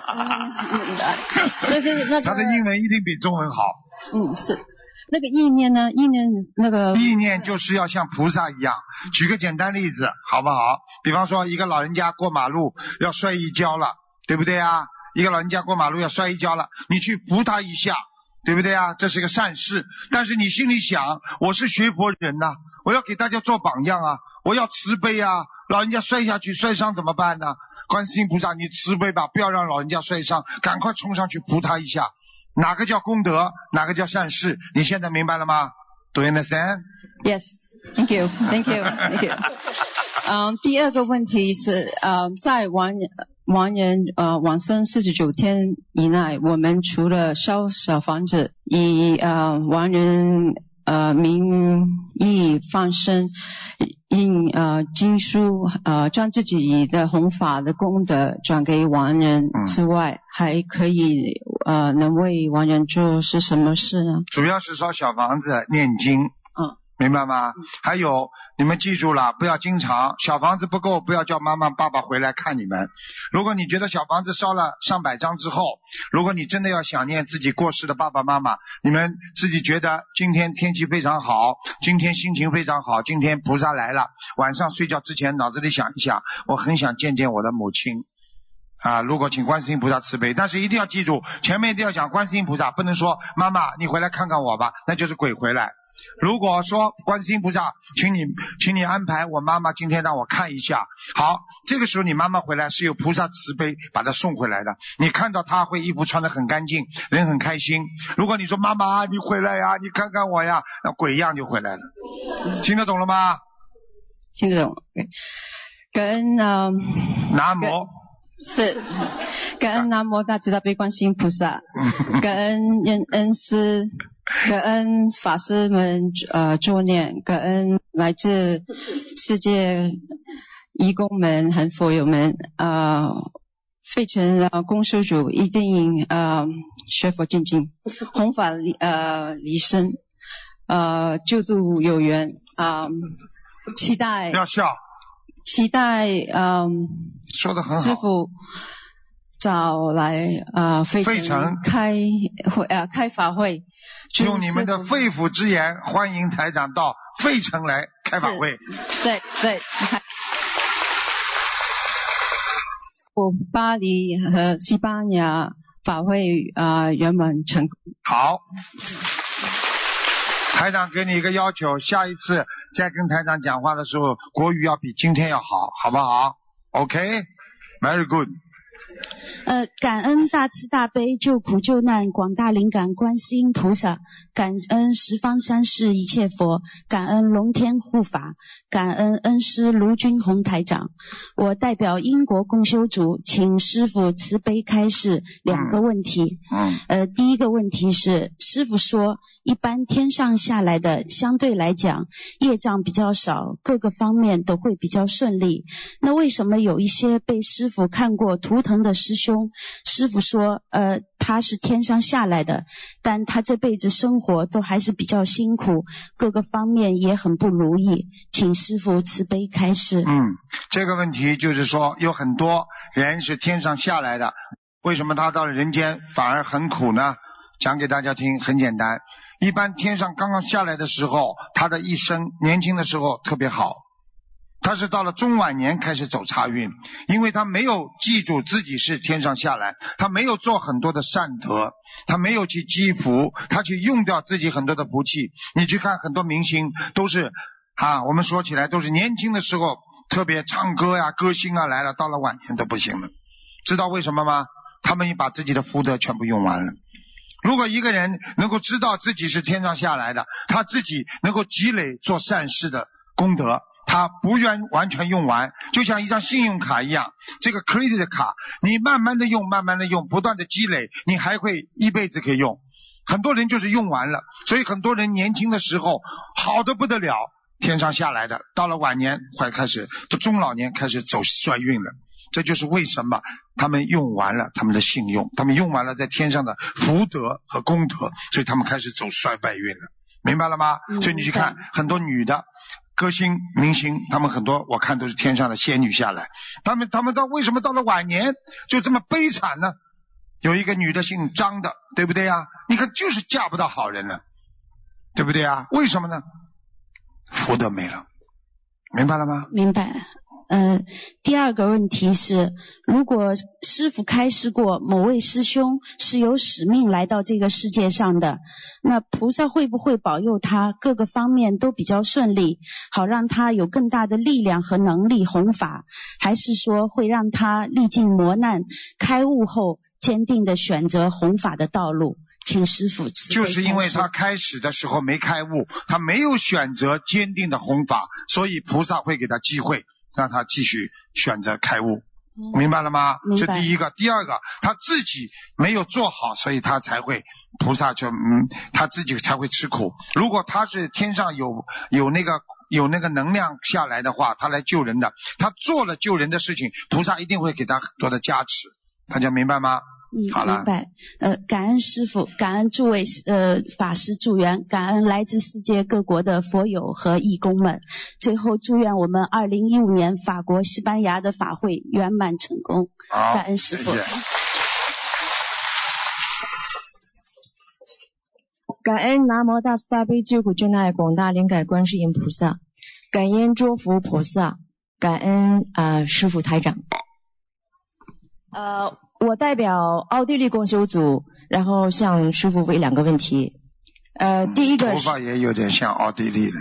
他的英文一定比中文好。 是。那个意念呢？意念那个意念就是要像菩萨一样。举个简单例子好不好？比方说一个老人家过马路要摔一跤了，对不对啊？一个老人家过马路要摔一跤了，你去扶他一下，对不对啊？这是个善事。但是你心里想，我是学佛人啊，我要给大家做榜样啊，我要慈悲啊，老人家摔下去摔伤怎么办呢？观世音菩萨你慈悲吧，不要让老人家摔伤，赶快冲上去扶他一下。哪个叫功德，哪个叫善事，你现在明白了吗？ Do you understand? Yes, thank you. 第二个问题是在亡人往生49天以内，我们除了烧小房子以亡人名义放生，印经书将自己的弘法的功德转给亡人之外，还可以能为亡人做是什么事呢？ 主要是烧小房子念经，明白吗？还有你们记住了，不要经常小房子不够，不要叫妈妈爸爸回来看你们。如果你觉得小房子烧了上百张之后，如果你真的要想念自己过世的爸爸妈妈，你们自己觉得今天天气非常好，今天心情非常好，今天菩萨来了，晚上睡觉之前脑子里想一想，我很想见见我的母亲如果请观世音菩萨慈悲，但是一定要记住，前面一定要讲观世音菩萨，不能说妈妈你回来看看我吧，那就是鬼回来。如果说观世音菩萨请你安排我妈妈今天让我看一下，好，这个时候你妈妈回来是有菩萨慈悲把她送回来的，你看到她会衣服穿得很干净，人很开心。如果你说妈妈你回来呀，你看看我呀，那鬼一样就回来了。听得懂了吗？ 听得懂。感恩南无是感恩南无大慈大悲观世音菩萨，感恩恩师，感恩法师们作念，感恩来自世界义工们和佛友们费城公修组一定学佛精进，弘法离生救度有缘期待要笑， 期待说得很好， 师父早来费城开法会， 用你们的肺腑之言欢迎台长到费城来开法会。 对，巴黎和西班牙法会圆满成功。 好，台长给你一个要求，下一次再跟台长讲话的时候，国语要比今天要好，好不好？ OK，Very good。 感恩大慈大悲救苦救难广大灵感观世音菩萨，感恩十方三世一切佛，感恩龙天护法，感恩恩师卢军宏台长。我代表英国共修组请师父慈悲开示两个问题。第一个问题是，师父说一般天上下来的相对来讲业障比较少，各个方面都会比较顺利，那为什么有一些被师父看过图腾的师兄，师父说他是天上下来的，但他这辈子生活都还是比较辛苦，各个方面也很不如意，请师父慈悲开示。 这个问题就是说有很多人是天上下来的，为什么他到了人间反而很苦呢？讲给大家听，很简单， 一般天上刚刚下来的时候，他的一生年轻的时候特别好，他是到了中晚年开始走差运，因为他没有记住自己是天上下来，他没有做很多的善德，他没有去积福，他去用掉自己很多的福气。你去看很多明星都是我们说起来都是年轻的时候特别唱歌呀、歌星啊来了，到了晚年都不行了。知道为什么吗？他们把自己的福德全部用完了。如果一个人能够知道自己是天上下来的，他自己能够积累做善事的功德，他不愿完全用完，就像一张信用卡一样，这个 credit 卡你慢慢的用，慢慢的用，不断的积累，你还会一辈子可以用。很多人就是用完了，所以很多人年轻的时候好的不得了，天上下来的，到了晚年快开始到中老年开始走衰运了。这就是为什么他们用完了他们的信用，他们用完了在天上的福德和功德，所以他们开始走衰败运了，明白了吗？所以你去看很多女的歌星明星，他们很多我看都是天上的仙女下来，他们为什么到了晚年就这么悲惨呢？有一个女的姓张的，对不对啊？你看就是嫁不到好人了，对不对啊？为什么呢？福德没了，明白了吗？ 明白。第二个问题是，如果师父开示过某位师兄是有使命来到这个世界上的，那菩萨会不会保佑他各个方面都比较顺利，好让他有更大的力量和能力弘法，还是说会让他历尽磨难开悟后坚定地选择弘法的道路？请师父慈悲开示。 就是因为他开始的时候没开悟，他没有选择坚定的弘法，所以菩萨会给他机会让他继续选择开悟，明白了吗？这第一个。第二个，他自己没有做好，所以他才会菩萨就他自己才会吃苦。如果他是天上有那个能量下来的话，他来救人的，他做了救人的事情，菩萨一定会给他很多的加持，大家明白吗？好了， 明白。感恩师父，感恩诸位法师助缘，感恩来自世界各国的佛友和义工们。最后祝愿我们2015年法国、西班牙的法会圆满成功。感恩师父。谢谢。 感恩南无大慈大悲救苦救难广大灵感观世音菩萨，感恩诸佛菩萨，感恩师父台长。我代表奥地利共修组，然后向师父问2个问题。第一个头发也有点像奥地利的。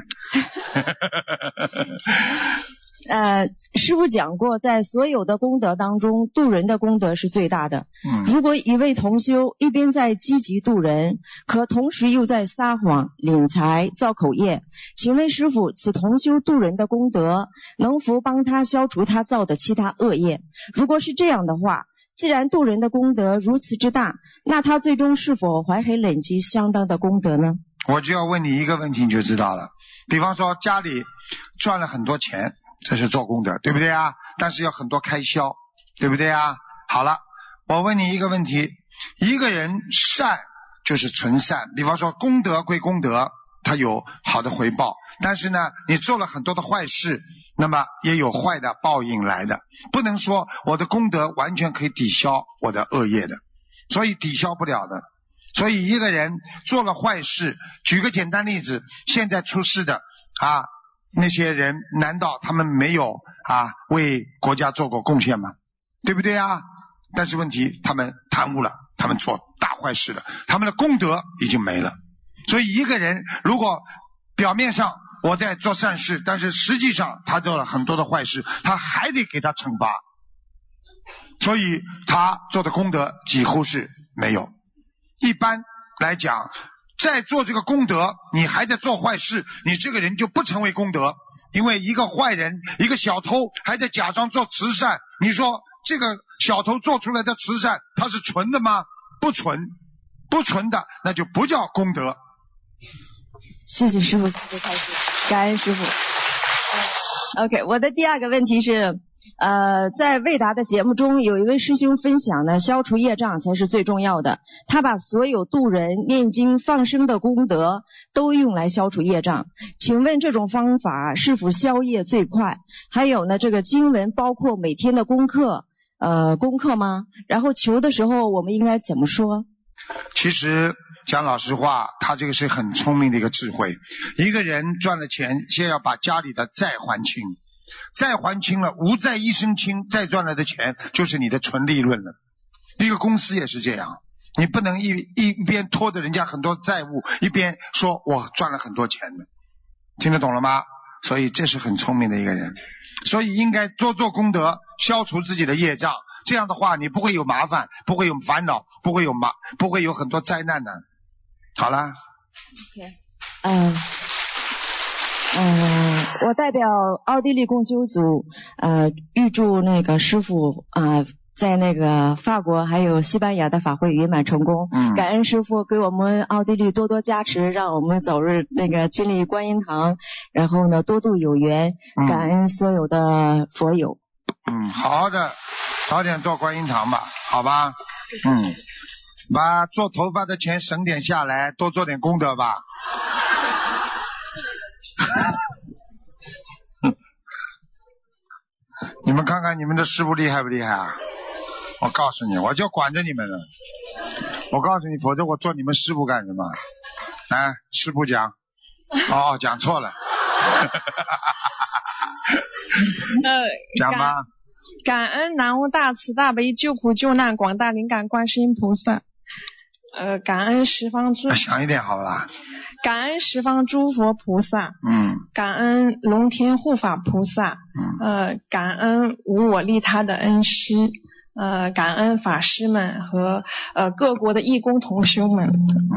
师父讲过，在所有的功德当中，度人的功德是最大的。如果一位同修一边在积极度人，可同时又在撒谎、敛财、造口业，请问师父，此同修度人的功德能否帮他消除他造的其他恶业？如果是这样的话，既然度人的功德如此之大，那他最终是否还可以累积相当的功德呢？ 我就要问你一个问题你就知道了。比方说家里赚了很多钱，这是做功德，对不对啊？但是要很多开销，对不对啊？好了，我问你一个问题，一个人善就是纯善，比方说功德归功德，他有好的回报，但是呢你做了很多的坏事，那么也有坏的报应来的，不能说我的功德完全可以抵消我的恶业的，所以抵消不了的。所以一个人做了坏事，举个简单例子，现在出事的那些人难道他们没有为国家做过贡献吗？对不对啊？但是问题他们贪污了，他们做大坏事了，他们的功德已经没了。所以一个人如果表面上我在做善事，但是实际上他做了很多的坏事，他还得给他惩罚，所以他做的功德几乎是没有。一般来讲，在做这个功德你还在做坏事，你这个人就不成为功德。因为一个坏人，一个小偷还在假装做慈善，你说这个小偷做出来的慈善它是纯的吗？不纯，不纯的那就不叫功德。 谢谢师父慈悲开示，感恩师父。OK， 我的第2个问题是在魏达的节目中，有一位师兄分享呢，消除业障才是最重要的。他把所有度人、念经、放生的功德都用来消除业障。请问这种方法是否消业最快？还有呢，这个经文包括每天的功课吗？然后求的时候我们应该怎么说？ 其实讲老实话，他这个是很聪明的一个智慧。一个人赚了钱，先要把家里的债还清，债还清了，无债一身轻，再赚来的钱就是你的纯利润了。一个公司也是这样，你不能一边拖着人家很多债务，一边说我赚了很多钱的，听得懂了吗？所以这是很聪明的一个人，所以应该多做功德，消除自己的业障。这样的话，你不会有麻烦，不会有烦恼，不会有很多灾难的。好了。 我代表奥地利共修组，预祝那个师父在那个法国还有西班牙的法会圆满成功。感恩师父给我们奥地利多多加持，让我们早日那个经历观音堂，然后呢多度有缘。感恩所有的佛友。 好好的，早点做观音堂吧，好吧？把做头发的钱省点下来，多做点功德吧。你们看看你们的师父厉害不厉害啊？我告诉你，我就管着你们了。我告诉你，否则我做你们师父干什么？师父讲。讲错了。讲吧。 感恩南无大慈大悲救苦救难广大灵感观世音菩萨。感恩十方诸响一点好了。 感恩十方诸佛菩萨。感恩龙天护法菩萨。感恩无我利他的恩师。感恩法师们和各国的义工同修们。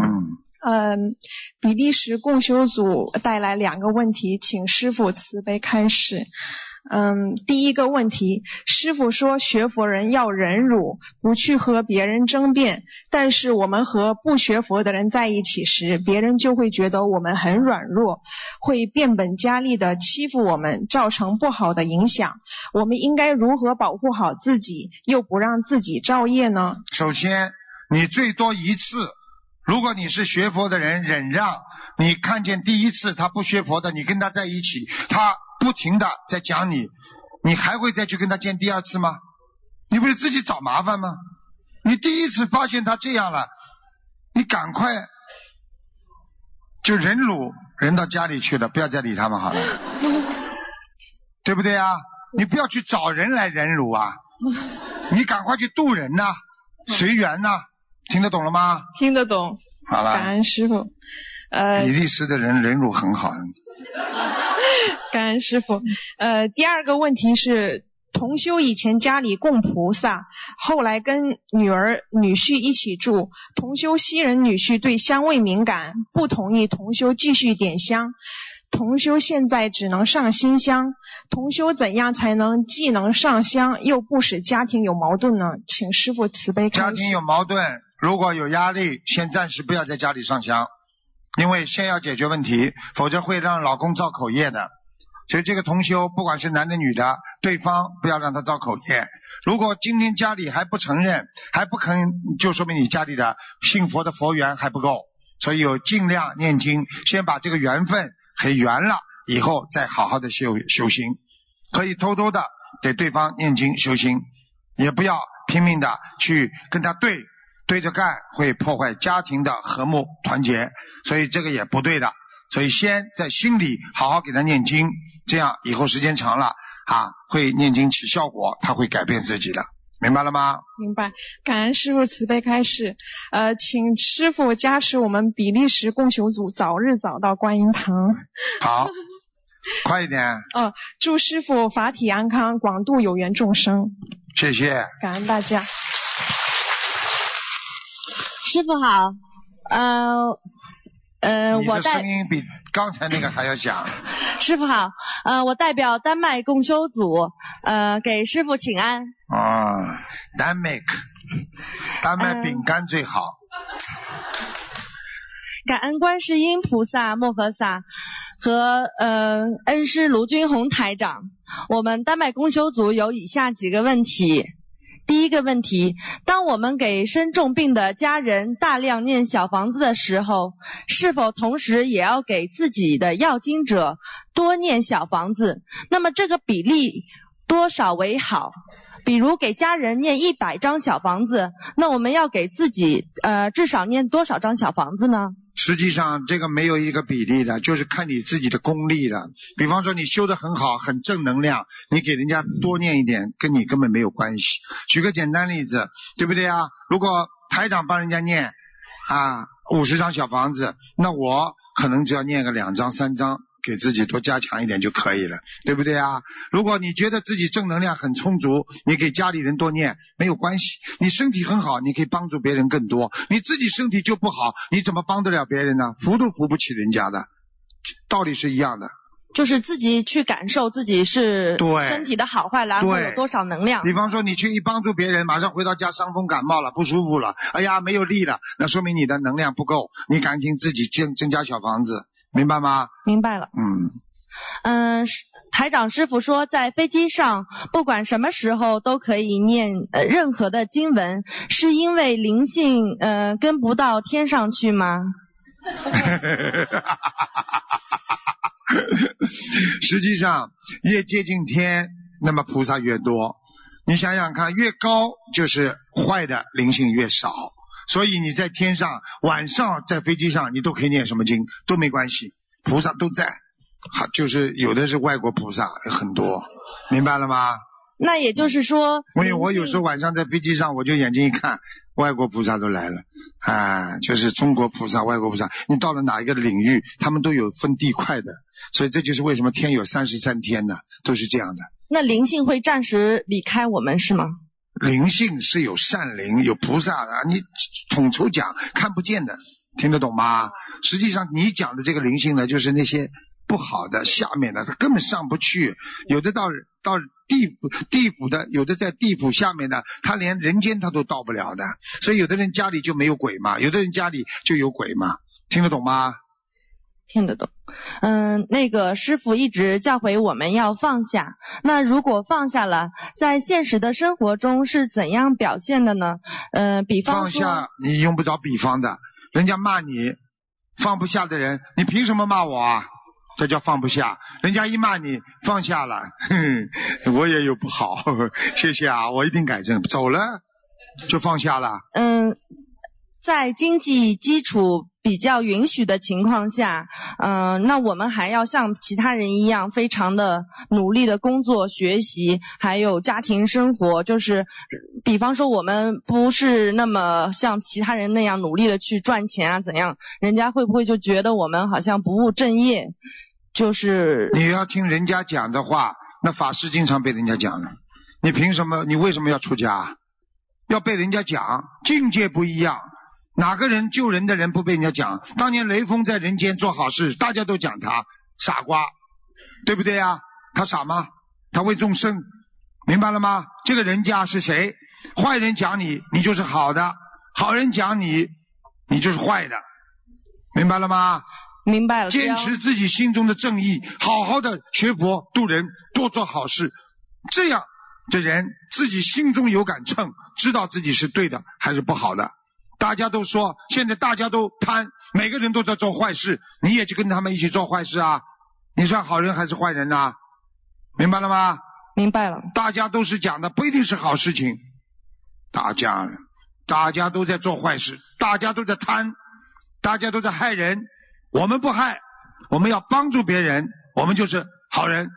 比利时共修组带来2个问题，请师父慈悲开示。第一个问题，师父说学佛人要忍辱，不去和别人争辩，但是我们和不学佛的人在一起时，别人就会觉得我们很软弱，会变本加厉的欺负我们，造成不好的影响。我们应该如何保护好自己，又不让自己造业呢？ 首先，你最多一次，如果你是学佛的人，忍让，你看见第一次他不学佛的，你跟他在一起，他不停的在讲你，你还会再去跟他见第2次吗？你不是自己找麻烦吗？你第一次发现他这样了，你赶快就忍辱，忍到家里去了，不要再理他们好了。对不对啊？你不要去找人来忍辱啊，你赶快去度人呐，随缘呐，听得懂了吗？ 听得懂。 好了。 感恩师父。 比利时的人忍辱很好。 感恩师父。第2个问题是，同修以前家里供菩萨，后来跟女儿女婿一起住，同修西人女婿对香味敏感，不同意同修继续点香，同修现在只能上新香，同修怎样才能既能上香又不使家庭有矛盾呢？请师父慈悲开示。 家庭有矛盾，如果有压力，先暂时不要在家里上香，因为先要解决问题，否则会让老公造口业的。所以这个同修不管是男的女的，对方不要让他造口业。如果今天家里还不承认，还不肯，就说明你家里的信佛的佛缘还不够。所以有尽量念经，先把这个缘分给圆了，以后再好好的修行。可以偷偷的给对方念经修行，也不要拼命的去跟他对着干，会破坏家庭的和睦团结，所以这个也不对的。所以先在心里好好给他念经，这样以后时间长了会念经起效果，他会改变自己的。明白了吗？ 明白。感恩师父慈悲开示。请师父加持我们比利时共修组早日找到观音堂。 好，快一点。 祝师父法体安康，广度有缘众生。 谢谢。 感恩大家。 师父好。 你的声音比刚才那个还要响。 师父好。我代表丹麦共修组给师父请安。 丹麦饼干最好。 感恩观世音菩萨摩诃萨和恩师卢军宏台长。我们丹麦共修组有以下几个问题。第一个问题，当我们给身重病的家人大量念小房子的时候，是否同时也要给自己的要经者多念小房子？那么这个比例多少为好？ 比如给家人念100张小房子，那我们要给自己至少念多少张小房子呢？ 实际上这个没有一个比例的，就是看你自己的功力的。比方说你修得很好，很正能量，你给人家多念一点，跟你根本没有关系。举个简单例子，对不对啊？如果台长帮人家念50张小房子，那我可能只要念个2张3张，给自己多加强一点就可以了，对不对啊？如果你觉得自己正能量很充足，你给家里人多念没有关系。你身体很好，你可以帮助别人更多。你自己身体就不好，你怎么帮得了别人呢？扶都扶不起人家的，道理是一样的。 就是自己去感受自己是身体的好坏，然后有多少能量。 比方说你去一帮助别人，马上回到家伤风感冒了，不舒服了，哎呀没有力了，那说明你的能量不够，你赶紧自己增加小房子，明白吗？ 明白了。台长师父说在飞机上不管什么时候都可以念任何的经文，是因为灵性跟不到天上去吗？ 实际上越接近天，那么菩萨越多。你想想看，越高就是坏的灵性越少。所以你在天上，晚上在飞机上，你都可以念什么经都没关系，菩萨都在。就是有的是外国菩萨很多，明白了吗？ 那也就是说， 我有时候晚上在飞机上，我就眼睛一看，外国菩萨都来了，就是中国菩萨、外国菩萨。你到了哪一个领域，他们都有分地块的，所以这就是为什么天有33天呢，都是这样的。 那灵性会暂时离开我们是吗？ 灵性是有善灵、有菩萨的，你统筹讲看不见的，听得懂吗？实际上你讲的这个灵性呢，就是那些不好的下面的，他根本上不去，有的到地府的，有的在地府下面的，他连人间他都到不了的。所以有的人家里就没有鬼嘛，有的人家里就有鬼嘛，听得懂吗？ 听得懂。那个师父一直教诲我们要放下，那如果放下了，在现实的生活中是怎样表现的呢？比方说放下你用不着比方的，人家骂你放不下的人，你凭什么骂我啊？这叫放不下。人家一骂你放下了，我也有不好，谢谢啊，我一定改正，走了就放下了。 在经济基础比较允许的情况下，那我们还要像其他人一样非常的努力的工作学习，还有家庭生活，就是比方说我们不是那么像其他人那样努力的去赚钱啊怎样，人家会不会就觉得我们好像不务正业？就是你要听人家讲的话，那法师经常被人家讲了，你凭什么？你为什么要出家？要被人家讲，境界不一样。哪个人救人的人不被人家讲？当年雷锋在人间做好事，大家都讲他傻瓜，对不对啊？他傻吗？他为众生，明白了吗？这个人家是谁？坏人讲你，你就是好的；好人讲你，你就是坏的，明白了吗？ 明白了。 坚持自己心中的正义，好好的学佛度人，多做好事，这样的人自己心中有杆秤，知道自己是对的还是不好的。大家都说现在大家都贪，每个人都在做坏事，你也去跟他们一起做坏事啊？你算好人还是坏人啊？明白了吗？ 明白了。 大家都是讲的不一定是好事情，大家都在做坏事，大家都在贪，大家都在害人，我们不害，我们要帮助别人，我们就是好人。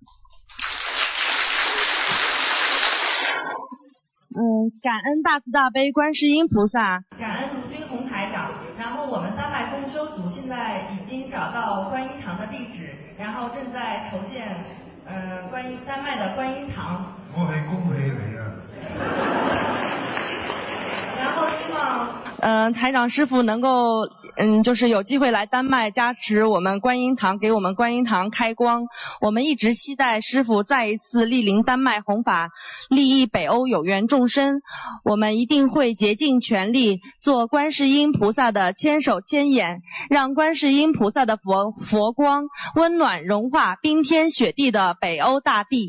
感恩大慈大悲观世音菩萨， 感恩卢军红台长。然后我们丹麦共修组现在已经找到观音堂的地址，然后正在筹建丹麦的观音堂。 我很恭喜你啊！ 然后希望台长师父能够就是有机会来丹麦加持我们观音堂，给我们观音堂开光。我们一直期待师父再一次莅临丹麦弘法，利益北欧有缘众生。我们一定会竭尽全力做观世音菩萨的千手千眼，让观世音菩萨的佛光温暖融化冰天雪地的北欧大地。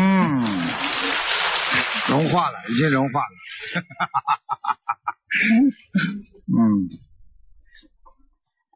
融化了，已经融化了。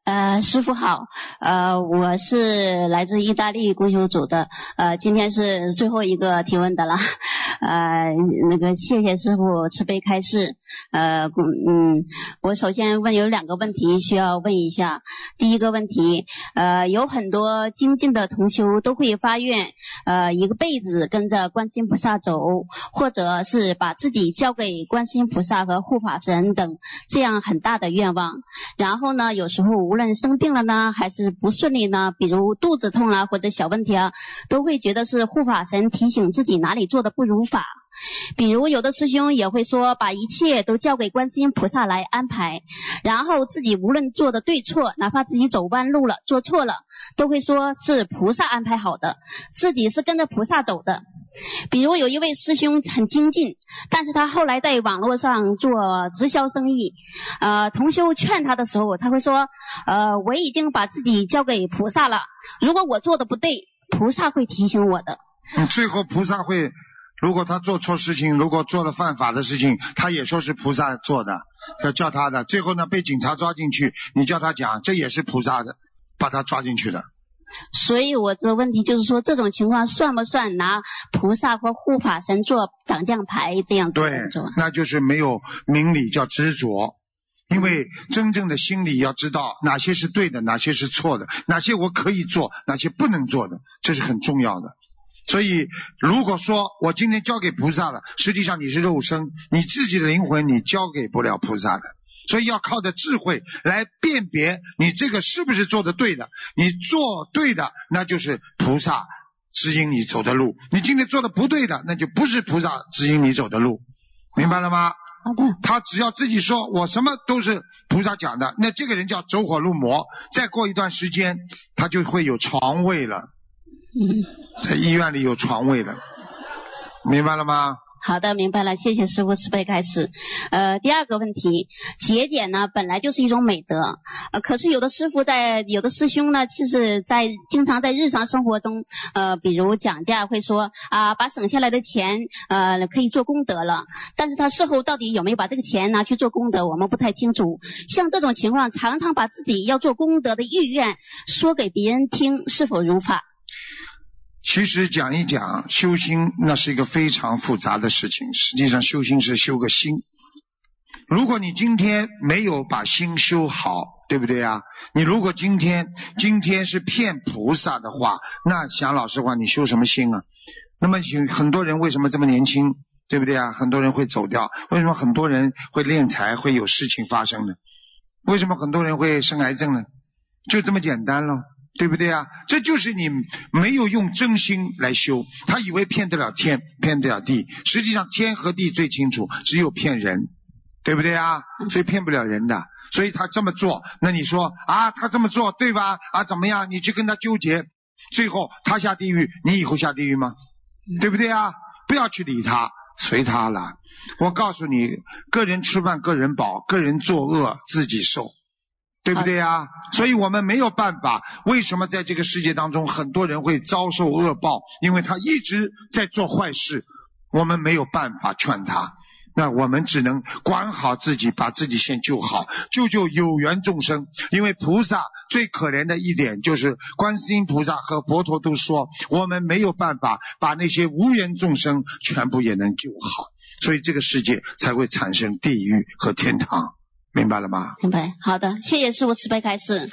师父好，我是来自意大利共修组的，今天是最后一个提问的了，谢谢师父慈悲开示，我首先有2个问题需要问一下。第一个问题，有很多精进的同修都会发愿，一个辈子跟着观世音菩萨走，或者是把自己交给观世音菩萨和护法神等这样很大的愿望，然后呢，有时候无论生病了呢，还是不顺利呢，比如肚子痛啊，或者小问题啊，都会觉得是护法神提醒自己哪里做的不如法。比如有的师兄也会说，把一切都交给观世音菩萨来安排，然后自己无论做的对错，哪怕自己走弯路了，做错了，都会说是菩萨安排好的，自己是跟着菩萨走的。比如有一位师兄很精进，但是他后来在网络上做直销生意，同修劝他的时候，他会说，我已经把自己交给菩萨了，如果我做的不对，菩萨会提醒我的。 最后菩萨会，如果他做错事情，如果做了犯法的事情，他也说是菩萨做的，要叫他的，最后呢被警察抓进去，你叫他讲，这也是菩萨的把他抓进去的。 所以我这个问题就是说，这种情况算不算拿菩萨或护法神做挡将牌这样子？ 对，那就是没有明理，叫执着。因为真正的心理要知道哪些是对的，哪些是错的，哪些我可以做，哪些不能做的，这是很重要的。所以如果说我今天交给菩萨了，实际上你是肉身，你自己的灵魂你交给不了菩萨的，所以要靠着智慧来辨别你这个是不是做的对的。你做对的，那就是菩萨指引你走的路，你今天做的不对的，那就不是菩萨指引你走的路，明白了吗？ 好的。 他只要自己说我什么都是菩萨讲的，那这个人叫走火入魔，再过一段时间他就会有床位了，在医院里有床位了，明白了吗？ 好的，明白了，谢谢师父慈悲开示。第2个问题，节俭呢本来就是一种美德，可是有的师兄呢，其实经常在日常生活中，比如讲价会说把省下来的钱可以做功德了，但是他事后到底有没有把这个钱拿去做功德，我们不太清楚。像这种情况，常常把自己要做功德的意愿说给别人听，是否如法？ 其实讲一讲修心，那是一个非常复杂的事情。实际上修心是修个心，如果你今天没有把心修好，对不对啊？你如果今天是骗菩萨的话，那讲老实话，你修什么心啊？那么很多人为什么这么年轻，对不对啊？很多人会走掉，为什么很多人会敛财，会有事情发生呢？为什么很多人会生癌症呢？就这么简单了，对不对啊？这就是你没有用真心来修，他以为骗得了天，骗得了地，实际上天和地最清楚，只有骗人，对不对啊？所以骗不了人的，所以他这么做，那你说他这么做对吧？怎么样？你去跟他纠结，最后他下地狱，你以后下地狱吗？对不对啊？不要去理他，随他了。我告诉你，个人吃饭个人饱，个人作恶自己受，对不对啊？所以我们没有办法，为什么在这个世界当中很多人会遭受恶报？因为他一直在做坏事，我们没有办法劝他，那我们只能管好自己，把自己先救好，救有缘众生。因为菩萨最可怜的一点就是观世音菩萨和佛陀都说，我们没有办法把那些无缘众生全部也能救好，所以这个世界才会产生地狱和天堂，明白了吗？ 明白。好的，谢谢师父慈悲开示。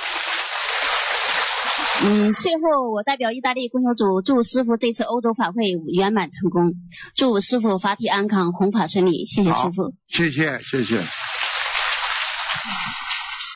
最后我代表意大利共修组祝师父这次欧洲法会圆满成功，祝师父法体安康，弘法顺利。谢谢师父。 谢谢。